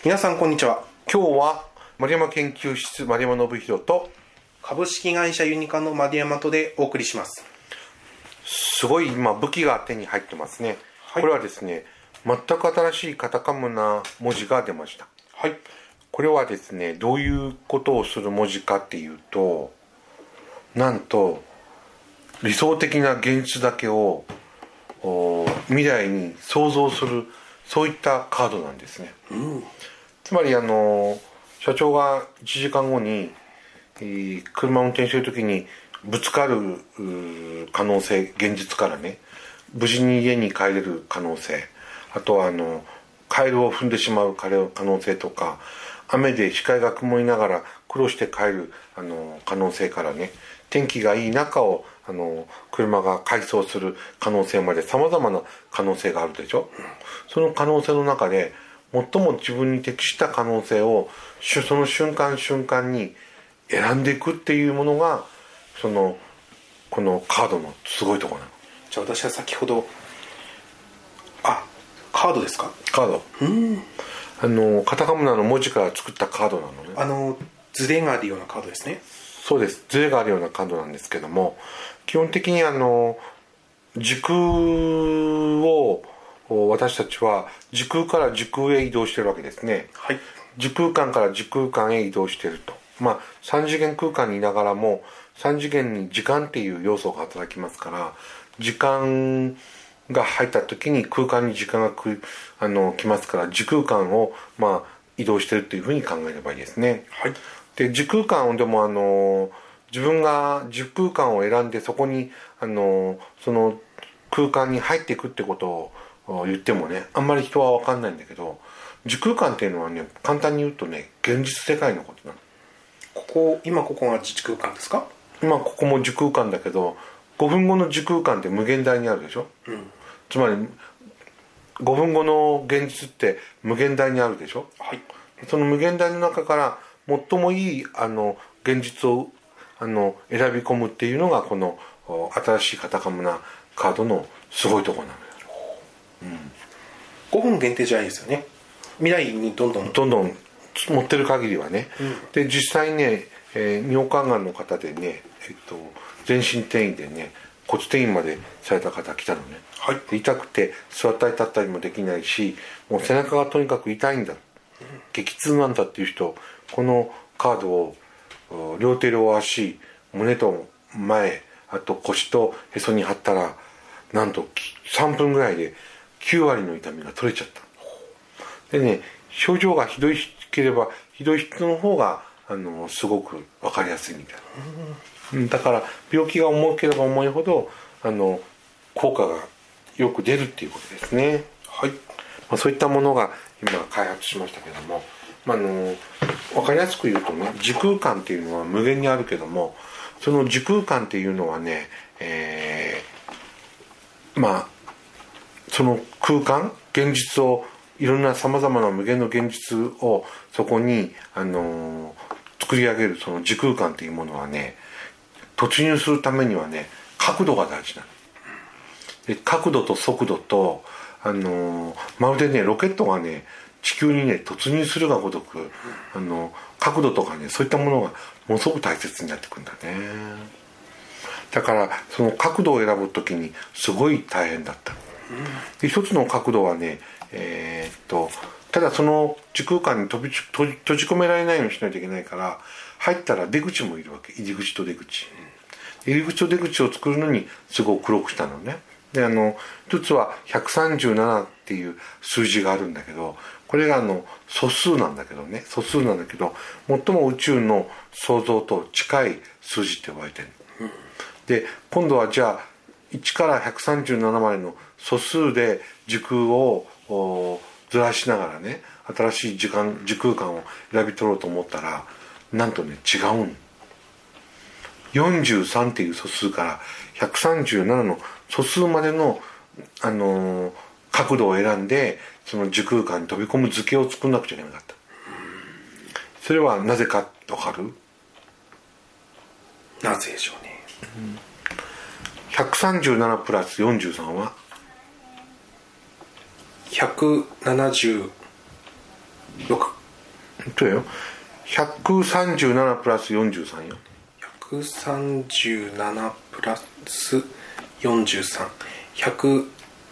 皆さんこんにちは。 今日は丸山研究室丸山信弘と株式会社ユニカの丸山とでお送りします。 すごい今武器が手に入ってますね、 はい、 これはですね、全く新しいカタカムな文字が出ました。 はい。 これはですね、どういうことをする文字かっていうと、なんと理想的な現実だけを未来に想像する、そういったカードなんですね、つまり社長が1時間後に車を運転している時にぶつかる可能性、現実からね、無事に家に帰れる可能性、あとはカエルを踏んでしまう可能性とか、雨で視界が曇りながら苦労して帰る可能性からね、天気がいい中を車が回走する可能性まで、様々な可能性があるでしょ、その可能性の中で最も自分に適した可能性をその瞬間瞬間に選んでいくっていうものがこのカードのすごいところなの。 じゃあ私は先ほどカードですか？ カード、カタカムナの文字から作ったカードなのね。 ズレがあるようなカードですね。 そうです、ズレがあるようなカードなんですけども、基本的に時空を私たちは時空から時空へ移動してるわけですね、 はい、 時空間から時空間へ移動していると、3次元空間にいながらも3次元に時間っていう要素が働きますから、時間が入った時に空間に時間が来ますから、時空間を移動しているというふうに考えればいいですね。 はい。 で、時空間でも自分が時空間を選んでそこにその空間に入っていくってことを言ってもね、あんまり人は分かんないんだけど、時空間っていうのはね、簡単に言うとね、現実世界のことなの。 今ここが時空間ですか？ 今ここも時空間だけど、5分後の時空間って無限大にあるでしょ、つまり5分後の現実って無限大にあるでしょ、 はい、 その無限大の中から最もいい現実を選び込むっていうのがこの新しいカタカムナカードのすごいところなのよ、 5分限定じゃないですよね。未来にどんどん持ってる限りはね、で実際ね、尿管がんの方でね、全身転移でね、骨転移までされた方来たのね、 はい、 で痛くて座ったり立ったりもできないし、もう背中がとにかく痛いんだ、激痛なんだっていう人、このカードを両手両足、胸と前、あと腰とへそに貼ったら、なんと3分ぐらいで9割の痛みが取れちゃった。でね、症状がひどいければひどい人の方がすごく分かりやすいみたいな、だから病気が重ければ重いほど効果がよく出るっていうことですね。 はい。 そういったものが今開発しましたけども、分かりやすく言うとね、時空間っていうのは無限にあるけども、その時空間っていうのはね、その空間、現実を、いろんなさまざまな無限の現実をそこに、作り上げるその時空間っていうものはね、突入するためにはね、角度が大事なの。で、角度と速度と、まるでね、ロケットがね、地球にね突入するがごとく、角度とかね、そういったものがものすごく大切になってくるんだね。だからその角度を選ぶときにすごい大変だった。で、一つの角度はね、ただその時空間に閉じ込められないようにしないといけないから、入ったら出口もいるわけ。入り口と出口、入り口と出口を作るのにすごく黒くしたのね。で、一つは137っていう数字があるんだけど、これが素数なんだけどね、素数なんだけど、最も宇宙の創造と近い数字って呼ばれてる、で、今度はじゃあ1から137までの素数で時空をずらしながらね、新しい時空間を選び取ろうと思ったら、なんとね、違うん。43っていう素数から137の素数までの、角度を選んでその時空間に飛び込む図形を作んなくちゃいけなかった。それはなぜか分かる？ なぜでしょうね。 137プラス43は 176。 そうよ。137プラス43よ。 137プラス43、180。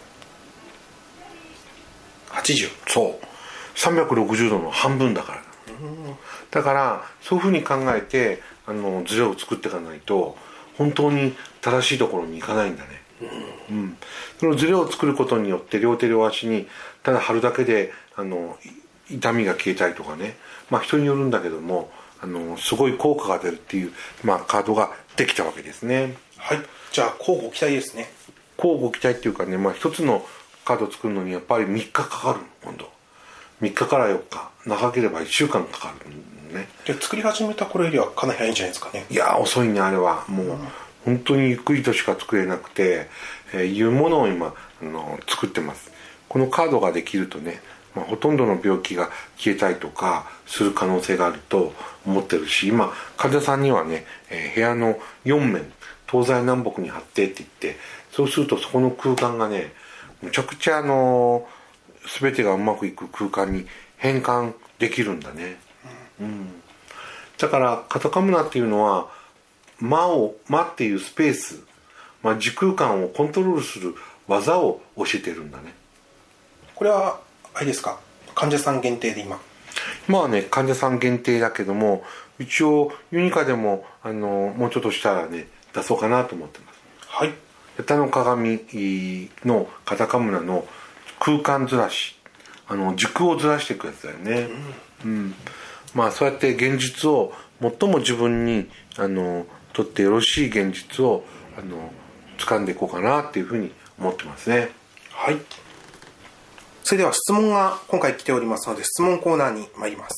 そう360度の半分だから。だからそういうふうに考えてズレを作っていかないと本当に正しいところに行かないんだね。そのズレを作ることによって両手両足にただ貼るだけで痛みが消えたりとかね、人によるんだけどもすごい効果が出るっていう、カードができたわけですね。 はい、じゃあ交互期待ですね。 交互期待っていうかね、一つのカード作るのにやっぱり3日かかるの。今度3日から4日、長ければ1週間かかるね。 で作り始めた頃よりはかなり早いんじゃないですかね。 いや遅いね、あれはもう、本当にゆっくりとしか作れなくて、いうものを今作ってます。このカードができるとね、ほとんどの病気が消えたりとかする可能性があると思ってるし、今患者さんにはね、部屋の4面東西南北に貼ってって言って、そうするとそこの空間がね、むちゃくちゃ全てがうまくいく空間に変換できるんだね。だからカタカムナっていうのは間っていうスペース、時空間をコントロールする技を教えてるんだね。 これはあれですか、患者さん限定で今患者さん限定だけども、一応ユニカでももうちょっとしたらね出そうかなと思ってます。 はい。 下手の鏡のカタカムナの空間ずらし、軸をずらしていくやつだよね。そうやって現実を最も自分にとってよろしい現実を掴んでいこうかなっていうふうに思ってますね。 はい。それでは質問が今回来ておりますので、質問コーナーに参ります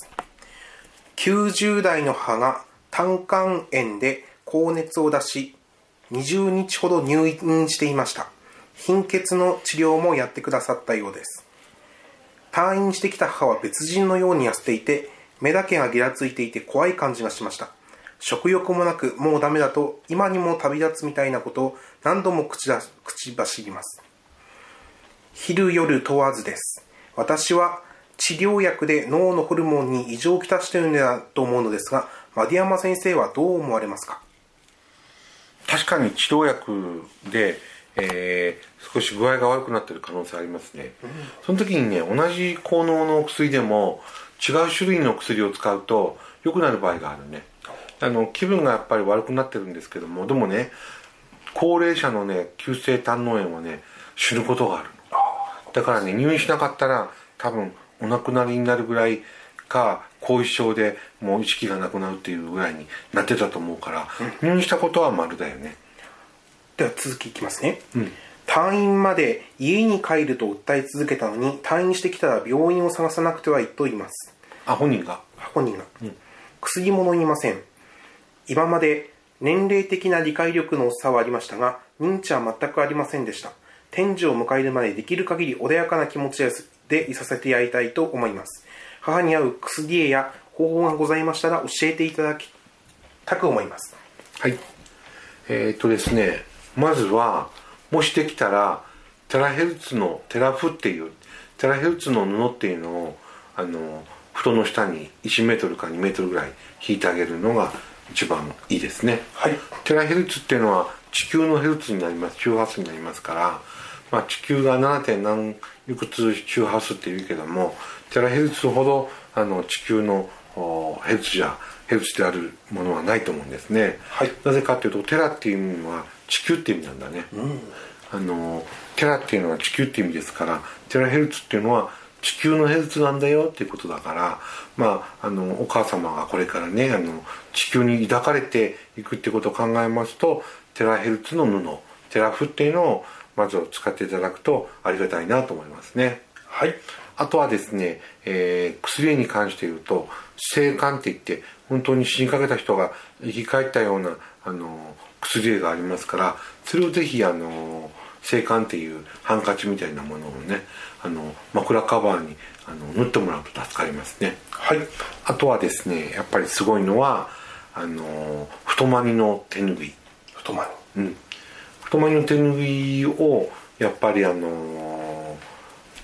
。90代の母が胆管炎で高熱を出し、20日ほど入院していました。貧血の治療もやってくださったようです。退院してきた母は別人のように痩せていて、目だけがギラついていて怖い感じがしました。食欲もなく、もうダメだと今にも旅立つみたいなことを何度も口走ります。昼夜問わずです。私は治療薬で脳のホルモンに異常をきたしているのだと思うのですが、丸山先生はどう思われますか？ 確かに治療薬で、少し具合が悪くなっている可能性ありますね。その時にね、同じ効能の薬でも違う種類の薬を使うと良くなる場合があるね。気分がやっぱり悪くなってるんですけども、でもね、高齢者のね急性胆の炎はね死ぬことがあるの。だからね、入院しなかったら多分お亡くなりになるぐらいか、後遺症でもう意識がなくなるっていうぐらいになってたと思うから、入院したことは丸だよね。 では続きいきますね。退院まで家に帰ると訴え続けたのに、退院してきたら病院を探さなくてはいと言います。 本人が、 薬も飲みません。今まで年齢的な理解力の差はありましたが、認知は全くありませんでした。天寿を迎えるまでできる限り穏やかな気持ちでいさせてやりたいと思います。母に合う薬や方法がございましたら教えていただきたく思います。 はい。ですね、まずはもしできたらテラヘルツのテラフっていうテラヘルツの布っていうのを布団の下に1メートルか2メートルぐらい引いてあげるのが一番いいですね。 はい。 テラヘルツっていうのは地球のヘルツになります。周波数になりますから、地球が 7. 何いくつ周波数っていうけども、テラヘルツほど地球のヘルツであるものはないと思うんですね。 はい。 なぜかというと、テラっていう意味は地球っていう意味なんだね。テラっていうのは地球っていう意味ですから、テラヘルツっていうのは地球のヘルツなんだよっていうことだから、お母様がこれからね地球に抱かれていくってことを考えますと、テラヘルツの布テラフっていうのをまず使っていただくとありがたいなと思いますね。 はい。 あとはですね、薬に関して言うと生還って言って、本当に死にかけた人が生き返ったような薬がありますから、それをぜひ生還っていうハンカチみたいなものをね枕カバーに縫ってもらうと助かりますね。 はい。 あとはですね、やっぱりすごいのは太まりの手ぬぐい。 太まり。 太まりの手ぬぐいをやっぱり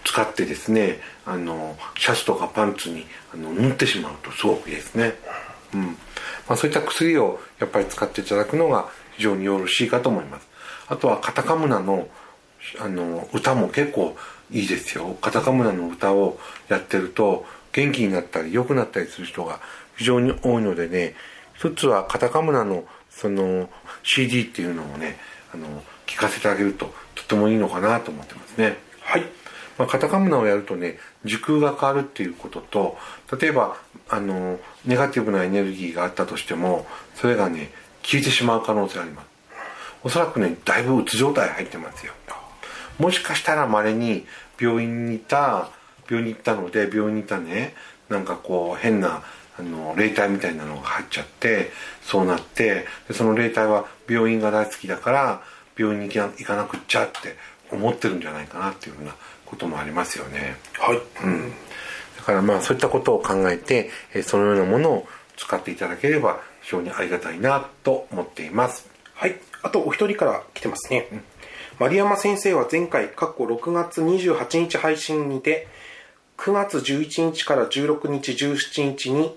使ってですねシャツとかパンツに塗ってしまうとすごくいいですね。そういった薬をやっぱり使っていただくのが非常によろしいかと思います。あとはカタカムナの歌も結構いいですよ。カタカムナの歌をやってると元気になったり良くなったりする人が非常に多いのでね、一つはカタカムナのその CD っていうのをね聞かせてあげるととてもいいのかなと思ってますね。 はい。 カタカムナをやるとね時空が変わるっていうことと、例えばネガティブなエネルギーがあったとしてもそれがね消えてしまう可能性があります。おそらくねだいぶうつ状態入ってますよ。もしかしたら稀に病院に行ったので病院に行ったねなんかこう変な霊体みたいなのが入っちゃってそうなって、でその霊体は病院が大好きだから病院に行かなくっちゃって思ってるんじゃないかなっていうふうなこともありますよね。 はい。 だからそういったことを考えてそのようなものを使っていただければ非常にありがたいなと思っています。 はい。あとお一人から来てますね。丸山先生は前回6月28日配信にて9月11日から16日17日に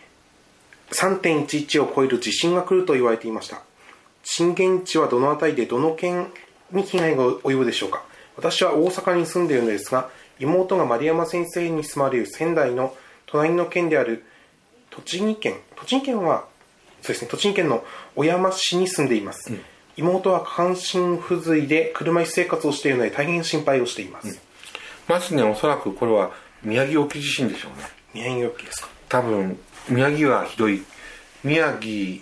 3.11 を超える地震が来ると言われていました。震源地はどの辺りでどの県に被害が及ぶでしょうか。私は大阪に住んでいるのですが、妹が丸山先生に住まれる仙台の隣の県である栃木県の小山市に住んでいます。妹は下半身不随で車椅子生活をしているので大変心配をしています。 まずねおそらくこれは宮城沖地震でしょうね。 宮城沖ですか。 多分宮城はひどい。宮城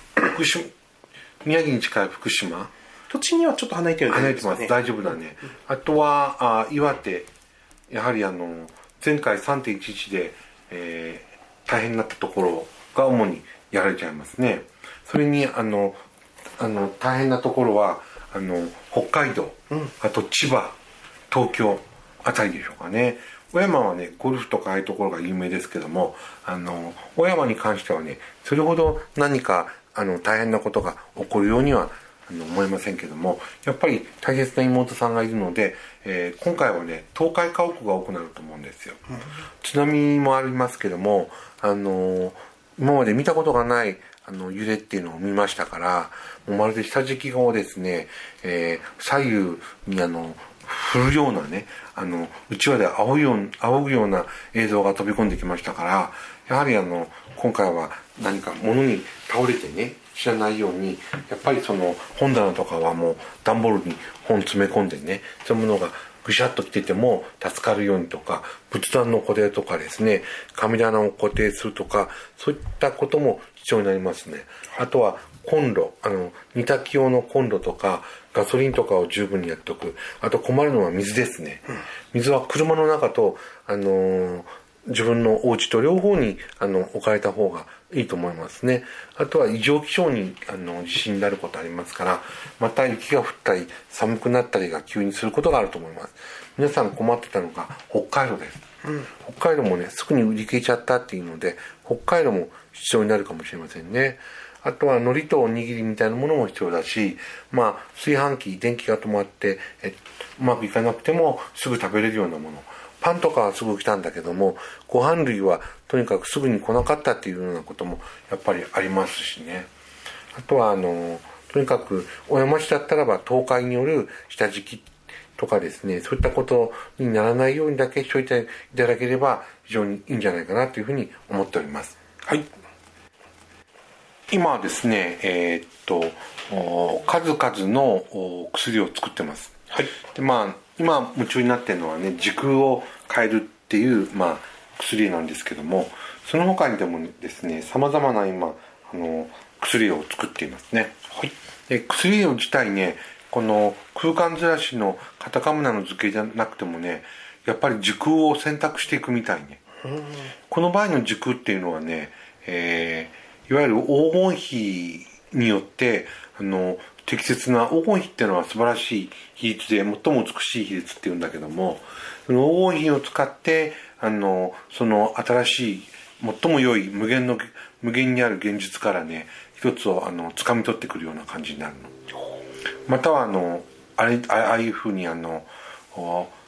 に近い福島、 土地にはちょっと離れてるんですかね。 大丈夫だね。あとは岩手、やはり前回 3.11 で、大変になったところが主にやられちゃいますね。それに大変なところは北海道、あと千葉、東京あたりでしょうかね。小山はねゴルフとかああいうところが有名ですけども、小山に関してはねそれほど何か大変なことが起こるようには思いませんけども、やっぱり大切な妹さんがいるので、今回はね倒壊家屋が多くなると思うんですよ。津波もありますけども今まで見たことがない揺れっていうのを見ましたから、もうまるで下敷きをですね、左右に振るようなねうちわで仰ぐような映像が飛び込んできましたから、やはり今回は何か物に倒れてね知らないように、やっぱりその本棚とかはもう段ボールに本詰め込んでね、そういうものがぐしゃっと来てても助かるようにとか、仏壇の固定とかですね、神棚を固定するとか、そういったことも必要になりますね。あとはコンロ、煮炊き用のコンロとかガソリンとかを十分にやっておく。あと困るのは水ですね。水は車の中と自分のお家と両方に置かれた方がいいと思いますね。あとは異常気象に地震になることありますから、また雪が降ったり寒くなったりが急にすることがあると思います。皆さん困ってたのが北海道です、北海道もねすぐに売り切れちゃったっていうので、北海道も必要になるかもしれませんね。あとは海苔とおにぎりみたいなものも必要だし、炊飯器電気が止まってうまくいかなくてもすぐ食べれるようなもの、パンとかはすぐ来たんだけども、ご飯類はとにかくすぐに来なかったっていうようなこともやっぱりありますしね。あとはとにかく小山市だったらば倒壊による下敷きとかですね、そういったことにならないようにだけしておいていただければ非常にいいんじゃないかなというふうに思っております。 はい。 今はですね数々の薬を作ってます。 はい。 で今夢中になっているのはね時空を変えるっていう薬なんですけども、その他にでもですねさまざまな今薬を作っていますね。 はい。 で薬を自体ね、この空間ずらしのカタカムナの図形じゃなくてもね、やっぱり時空を選択していくみたいね。この場合の時空っていうのはね、いわゆる黄金比によって適切な、黄金比っていうのは素晴らしい比率で最も美しい比率っていうんだけども、その黄金比を使ってその新しい最も良い無限にある現実からね一つを掴み取ってくるような感じになるの。またはああいうふうに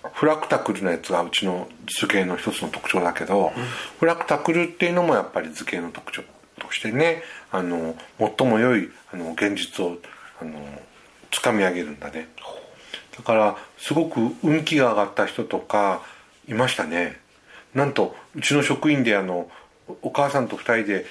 フラクタクルのやつがうちの図形の一つの特徴だけど、フラクタクルっていうのもやっぱり図形の特徴としてね、最も良い現実をつかみ上げるんだね。だからすごく運気が上がった人とかいましたね。なんとうちの職員でお母さんと2人で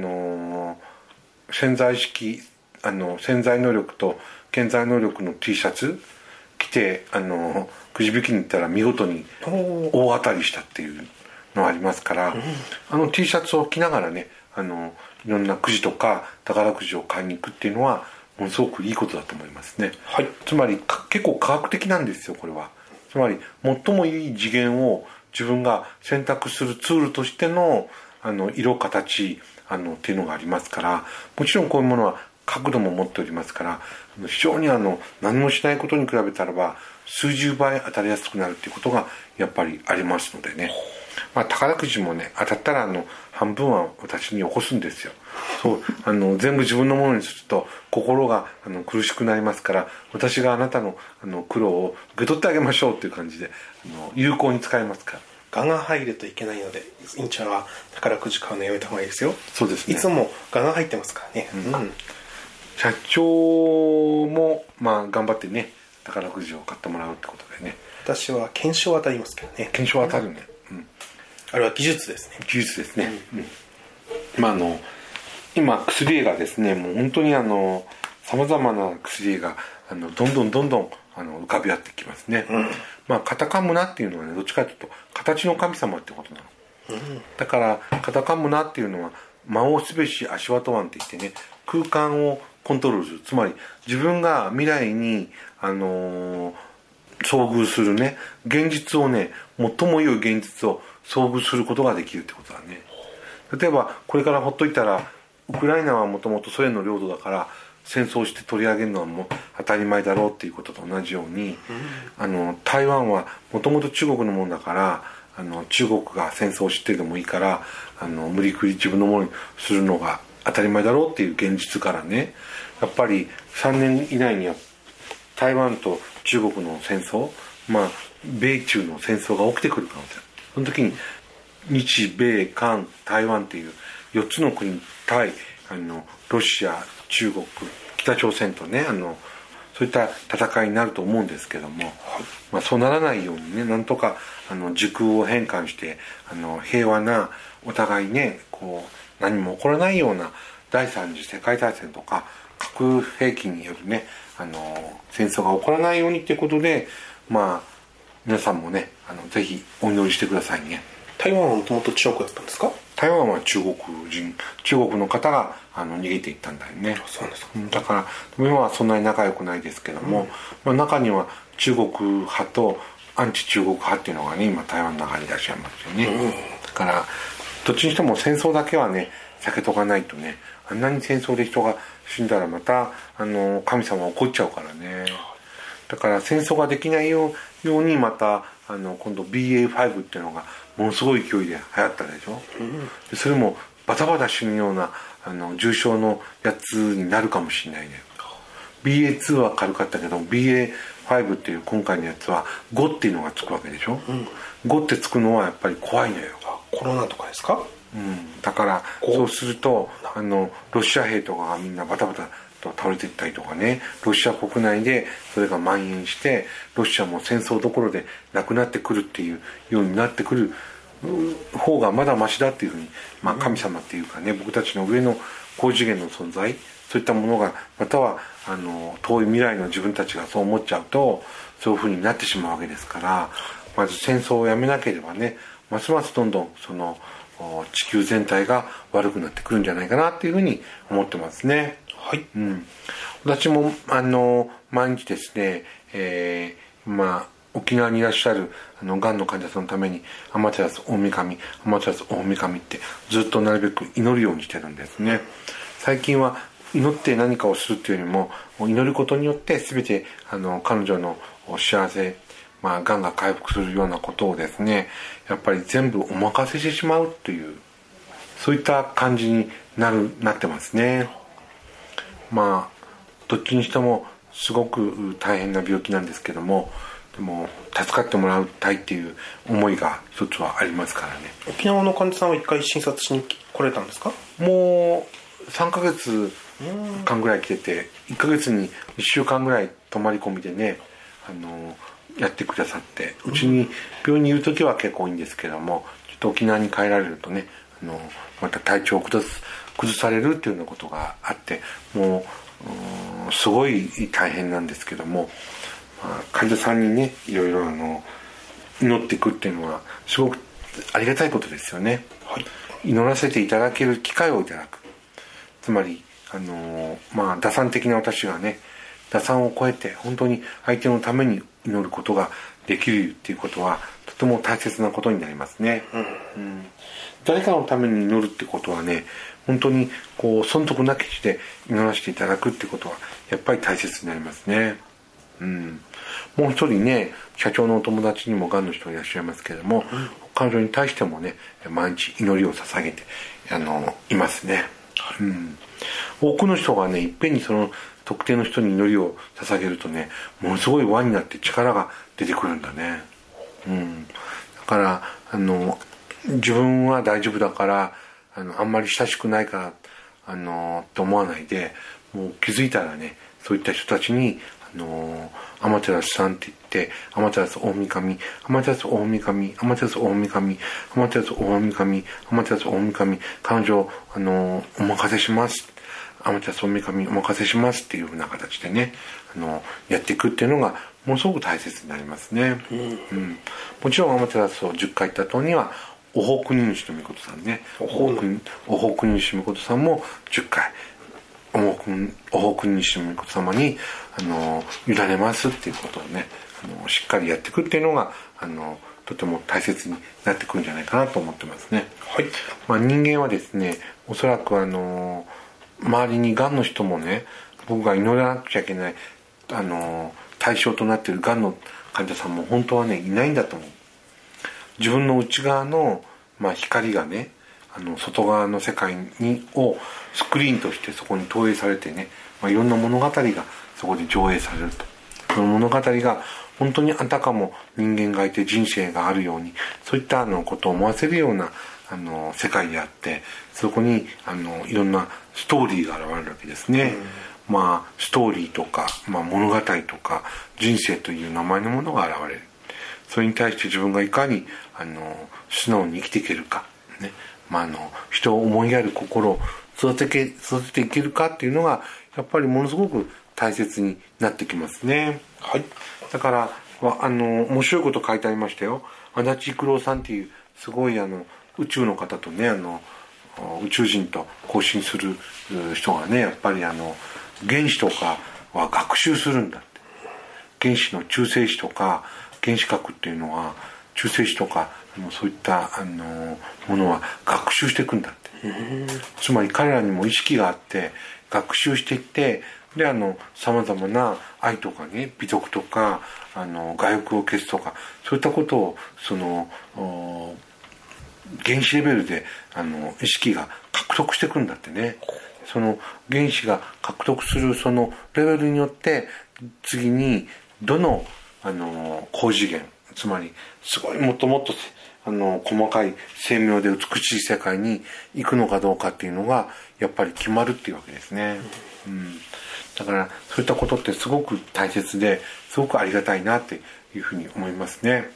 潜在能力と潜在能力の T シャツ着てくじ引きに行ったら見事に大当たりしたっていうのがありますから、T シャツを着ながらねいろんなくじとか宝くじを買いに行くっていうのはものすごくいいことだと思いますね。 はい、 つまり結構科学的なんですよこれは。つまり最もいい次元を自分が選択するツールとしての色形っていうのがありますから、もちろんこういうものは角度も持っておりますから、非常に何もしないことに比べたらば数十倍当たりやすくなるっていうことがやっぱりありますのでね。宝くじもね当たったら半分は私に起こすんですよ。そう全部自分のものにすると心が苦しくなりますから、私があなたの苦労を受け取ってあげましょうっていう感じで有効に使えますから。 我が入るといけないので、インちゃんは宝くじ買うのやめた方がいいですよ。 そうですね。 いつも我が入ってますからね。 社長も頑張ってね宝くじを買ってもらうってことでね。 私は懸賞当たりますけどね。 懸賞当たるね。 あれは技術ですね。 技術ですね。今薬がですねもう本当にさまざまな薬がどんどん浮かび合ってきますね。カタカムナっていうのはねどっちかというと形の神様ってことなの。だからカタカムナっていうのは魔王すべし足ワトワンって言ってね、空間をコントロールする。つまり自分が未来に遭遇するね現実をね、最も良い現実を遭遇することができるってことだね。例えばこれからほっといたらウクライナはもともとソ連の領土だから戦争して取り上げるのはもう当たり前だろうっていうことと同じように、台湾はもともと中国のものだから中国が戦争を知ってでもいいから無理くり自分のものにするのが当たり前だろうっていう現実からね、やっぱり3年以内には台湾と中国の戦争、米中の戦争が起きてくる可能性。その時に日米韓台湾っていう4つの国対ロシア中国北朝鮮とねそういった戦いになると思うんですけども、そうならないようにねなんとか時空を変換して平和なお互いね何も起こらないような第三次世界大戦とか核兵器によるね戦争が起こらないようにっていうことで皆さんもねぜひお祈りしてくださいね。 台湾はもともと中国だったんですか？ 台湾は中国の方が逃げていったんだよね。 そうですか。 だから今はそんなに仲良くないですけども、中には中国派とアンチ中国派っていうのがね今台湾の中にいらっしゃいますよね。だからどっちにしても戦争だけはね避けとかないとね、あんなに戦争で人が死んだらまた神様怒っちゃうからね。だから戦争ができないようにまた今度 BA.5 っていうのがものすごい勢いで流行ったでしょ。でそれもバタバタ死ぬような重症のやつになるかもしれないね。 BA.2 は軽かったけど BA.5 っていう今回のやつは5っていうのがつくわけでしょ。5ってつくのはやっぱり怖いのよ。 コロナとかですか？ だからそうするとロシア兵とかがみんなバタバタと倒れていったりとかね、ロシア国内でそれが蔓延してロシアも戦争どころでなくなってくるっていうようになってくる方がまだマシだっていうふうに、神様っていうかね僕たちの上の高次元の存在、そういったものがまたは遠い未来の自分たちがそう思っちゃうとそういうふうになってしまうわけですから、まず戦争をやめなければねますますどんどん地球全体が悪くなってくるんじゃないかなっていうふうに思ってますね。 はい。 私も毎日ですね、沖縄にいらっしゃるがんの患者さんのために天照大神天照大神ってずっとなるべく祈るようにしてるんですね。最近は祈って何かをするっていうよりも祈ることによって全て彼女の幸せ、がんが回復するようなことをですねやっぱり全部お任せしてしまうというそういった感じになってますね。どっちにしてもすごく大変な病気なんですけども、 でも助かってもらいたいっていう思いが一つはありますからね。 沖縄の患者さんは一回診察しに来れたんですか？ もう3ヶ月間ぐらい来てて、1ヶ月に1週間ぐらい泊まり込みでね、やってくださって、うちに病院にいる時は結構いいんですけども、ちょっと沖縄に帰られるとね、また体調を崩されるっていうようなことがあって、もうすごい大変なんですけども、患者さんにねいろいろ祈っていくっていうのはすごくありがたいことですよね。はい、祈らせていただける機会をいただく。つまり打算的な私がね、打算を超えて本当に相手のために祈ることができるっていうことはとても大切なことになりますね。誰かのために祈るってことはね、本当に損得なき地で祈らせていただくってことはやっぱり大切になりますね。もう一人ね、社長のお友達にもがんの人いらっしゃいますけれども、彼女に対してもね毎日祈りを捧げていますね。多くの人がねいっぺんにその特定の人に祈りを捧げるとね、ものすごい輪になって力が出てくるんだね。だから自分は大丈夫だからあんまり親しくないからと思わないで、もう気づいたらね、そういった人たちに天照さんって言って、天照大神、天照大神、天照大神、天照大神、天照大神、彼女お任せします、天照大神お任せしますっていうふうな形でねやっていくっていうのがものすごく大切になりますね。もちろん天照を10回言った後にはおほくに主の御事さんね、おほくに主の御事さんも10回おほくに主の御事様に委ねますっていうことをねしっかりやっていくっていうのがとても大切になってくるんじゃないかなと思ってますね。はい。人間はですね、おそらく周りにがんの人もね、僕が祈らなくちゃいけない対象となっているがんの患者さんも本当はねいないんだと思う。自分の内側の、光がね外側の世界をスクリーンとしてそこに投影されてね、いろんな物語がそこで上映されると。その物語が本当にあたかも人間がいて人生があるように、そういったことを思わせるような世界であって、そこにいろんなストーリーが現れるわけですね。ストーリーとか、物語とか人生という名前のものが現れる。それに対して自分がいかに素直に生きていけるかね、人を思いやる心を育てていけるかっていうのがやっぱりものすごく大切になってきますね。はい。だから面白いこと書いてありましたよ。足立育郎さんっていうすごい宇宙の方とね宇宙人と交信する人がね、やっぱり原子とかは学習するんだって。原子の中性子とか原子核っていうのは中性子とかそういったものは学習していくんだって。つまり彼らにも意識があって学習していって、でさまざまな愛とかね、美徳とか我欲を消すとか、そういったことを原子レベルで意識が獲得していくんだってね。その原子が獲得するそのレベルによって次にどの高次元、つまりすごいもっともっと細かい精妙で美しい世界に行くのかどうかっていうのがやっぱり決まるっていうわけですね。だからそういったことってすごく大切ですごくありがたいなっていうふうに思いますね。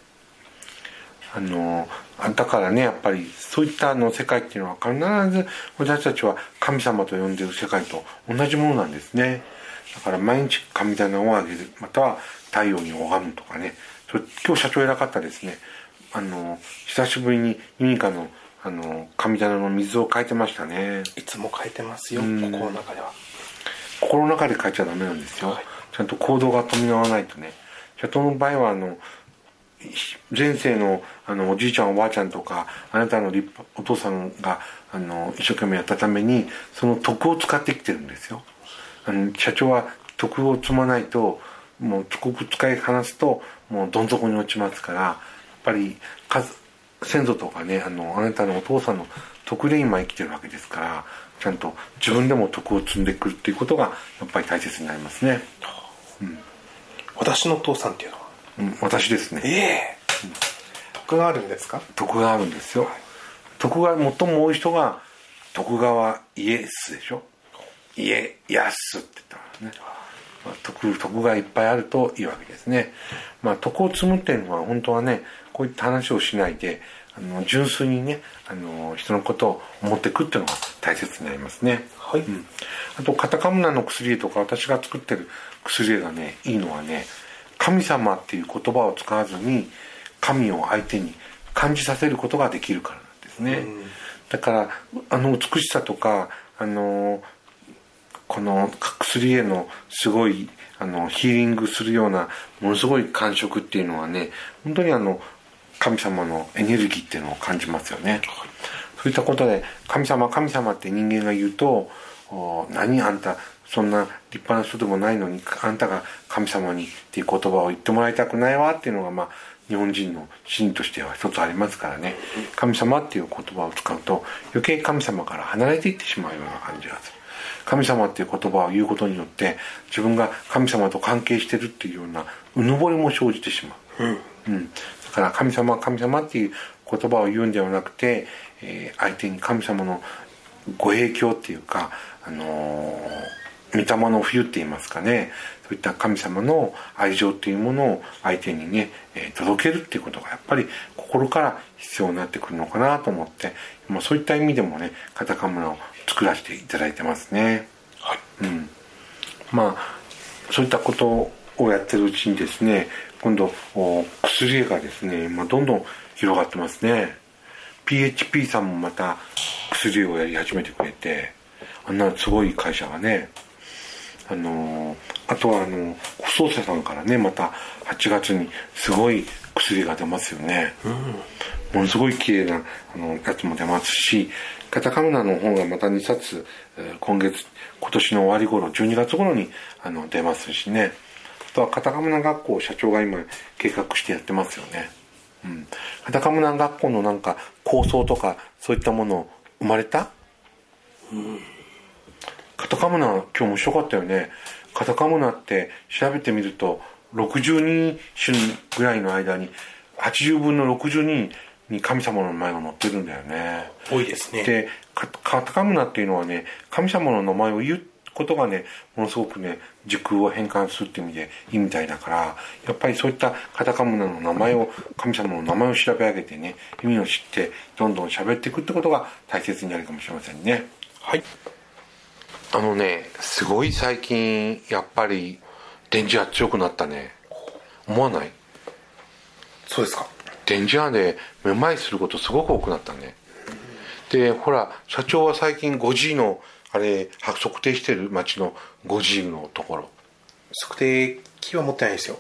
だからね、やっぱりそういった世界っていうのは必ず私たちは神様と呼んでいる世界と同じものなんですね。だから毎日神棚をあげる、または太陽に拝むとかね。今日社長偉かったですね。久しぶりにユニカの神棚の水を変えてましたね。 いつも変えてますよ、心の中では。 心の中で変えちゃダメなんですよ。ちゃんと行動が伴わないとね。社長の場合は前世のおじいちゃんおばあちゃんとかあなたのお父さんが一生懸命やったためにその徳を使ってきてるんですよ。社長は徳を積まないと、もう徳使い離すともうどん底に落ちますから、やっぱり先祖とかねあなたのお父さんの徳で今生きてるわけですから、ちゃんと自分でも徳を積んでくるっていうことがやっぱり大切になりますね。 私の父さんっていうのは私ですね。 得があるんですか？ 得があるんですよ。得が最も多い人が徳川家康でしょ。家康って言ったらね、徳がいっぱいあるといいわけですね。徳を積むっていうのは本当はね、こういった話をしないで純粋にね人のことを思っていくっていうのが大切になりますね。 はい。 あとカタカムナの薬とか私が作ってる薬がねいいのはね、神様っていう言葉を使わずに神を相手に感じさせることができるからなんですね。だから美しさとかこの薬へのすごいヒーリングするようなものすごい感触っていうのはね、本当に神様のエネルギーっていうのを感じますよね。そういったことで神様って人間が言うと、何あんたそんな立派な人でもないのにあんたが神様にっていう言葉を言ってもらいたくないわっていうのが日本人の心理としては一つありますからね。神様っていう言葉を使うと余計神様から離れていってしまうような感じがする。神様っていう言葉を言うことによって自分が神様と関係してるっていうようなうぬぼれも生じてしまう。だから神様っていう言葉を言うんではなくて、相手に神様のご影響っていうか御霊の冬って言いますかね、そういった神様の愛情っていうものを相手にね、届けるっていうことがやっぱり心から必要になってくるのかなと思って、そういった意味でもねカタカムナを作らせていただいてますね。 はい。 そういったことをやってるうちにですね、今度薬がですね、どんどん広がってますね。PHP さんもまた薬をやり始めてくれて、あんなすごい会社がね、あとは細瀬さんからねまた8月にすごい薬が出ますよね。ものすごい綺麗なやつも出ますし、カタカムナの本がまた2冊今年の終わり頃12月頃に出ますしね。あとはカタカムナ学校を社長が今計画してやってますよね。カタカムナ学校のなんか構想とかそういったもの生まれた？カタカムナ今日面白かったよね。カタカムナって調べてみると62種ぐらいの間に80分の62に神様の名前が載ってるんだよね。 多いですね。 でカタカムナっていうのはね、神様の名前を言うことがねものすごくね時空を変換するっていう意味でいいみたいだから、やっぱりそういったカタカムナの名前を神様の名前を調べ上げてね意味を知ってどんどん喋っていくってことが大切になるかもしれませんね。 はい。 すごい最近やっぱり電磁波強くなったね。思わない？ そうですか。 電磁波でめまいすることすごく多くなったね。でほら社長は最近 5G の測定してる街の 5G のところ測定器は持ってないですよ。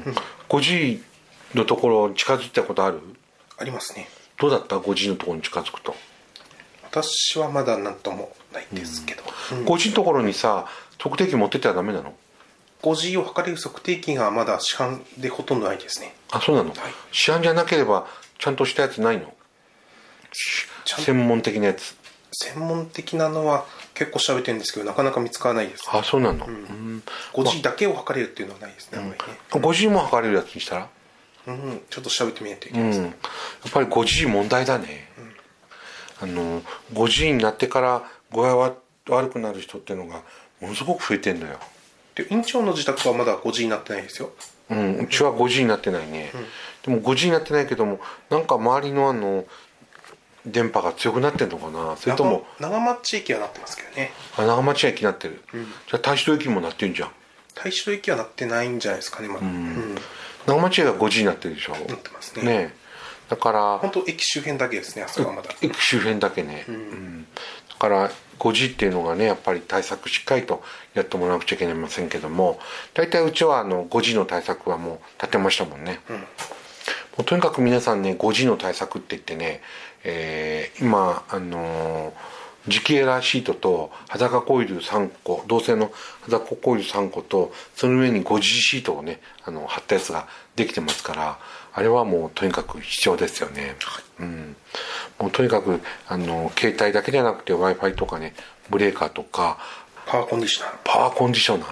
5G のところ近づいたことある？ ありますね。 どうだった？ 5G のところに近づくと。 私はまだ何ともないんですけど、 5G のところにさ測定器持ってってはダメなの ？5G を測れる測定器がまだ市販でほとんどないですね。 あ、そうなの、市販じゃなければちゃんとしたやつないの？専門的なやつ。 専門的なのは結構調べてるんですけどなかなか見つからないです。 あ、そうなの、 5G だけを測れるっていうのはないですね、あんまりね。 5G も測れるやつにしたら、 ちょっと調べてみないといけないですね。 やっぱり 5G 問題だね。5G になってから具合が悪くなる人っていうのがものすごく増えてんだよ。 で院長の自宅はまだ 5G になってないですよ。 うちは 5G になってないね、でも 5G になってないけどもなんか周りの電波が強くなってんのかな。それとも長町駅はなってますけどね。 長町駅になってる、じゃあ太子戸駅もなってんじゃん。 太子戸駅はなってないんじゃないですかねまだ。 長町駅が 5G になってるでしょ。 なってますね。 だから本当駅周辺だけですね、あそこはまだ。 駅周辺だけね、だから 5G っていうのがねやっぱり対策しっかりとやってもらわなくちゃいけませんけども、大体うちは5G の対策はもう立てましたもんね。もうとにかく皆さんね 5G の対策って言ってね、今磁気エラーシートと裸コイル3個、銅製の裸コイル3個とその上に 5G シートをね貼ったやつができてますから、あれはもうとにかく必要ですよね。もうとにかく携帯だけじゃなくて Wi-Fi とかねブレーカーとかパワーコンディショナー、 パワーコンディショナー、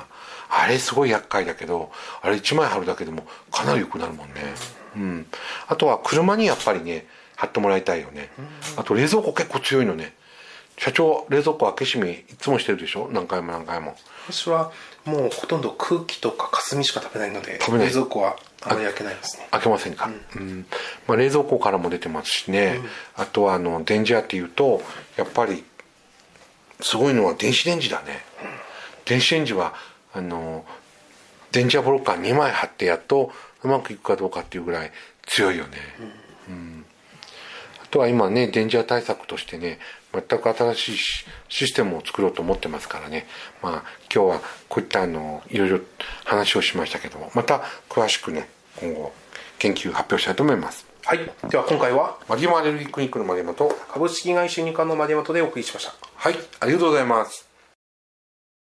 あれすごい厄介だけど、あれ1枚貼るだけでもかなり良くなるもんね。うん。あとは車にやっぱりね貼ってもらいたいよね。あと冷蔵庫結構強いのね。社長冷蔵庫開け閉めいつもしてるでしょ、何回も何回も。 私はもうほとんど空気とか霞しか食べないので、冷蔵庫はあまり開けないですね。 開けませんか。まあ、冷蔵庫からも出てますしね、あとは電磁波っていうとやっぱりすごいのは電子レンジだね。電子レンジは電磁波ブロッカー2枚貼ってやっとうまくいくかどうかっていうぐらい強いよね。あとは今ね電磁波対策としてね全く新しいシステムを作ろうと思ってますからね。まあ今日はこういったいろいろ話をしましたけども、また詳しくね今後研究発表したいと思います。 はい。では今回はマリモアレルギークリニックの丸山と株式会社ユニカの丸山でお送りしました。 はい、ありがとうございます。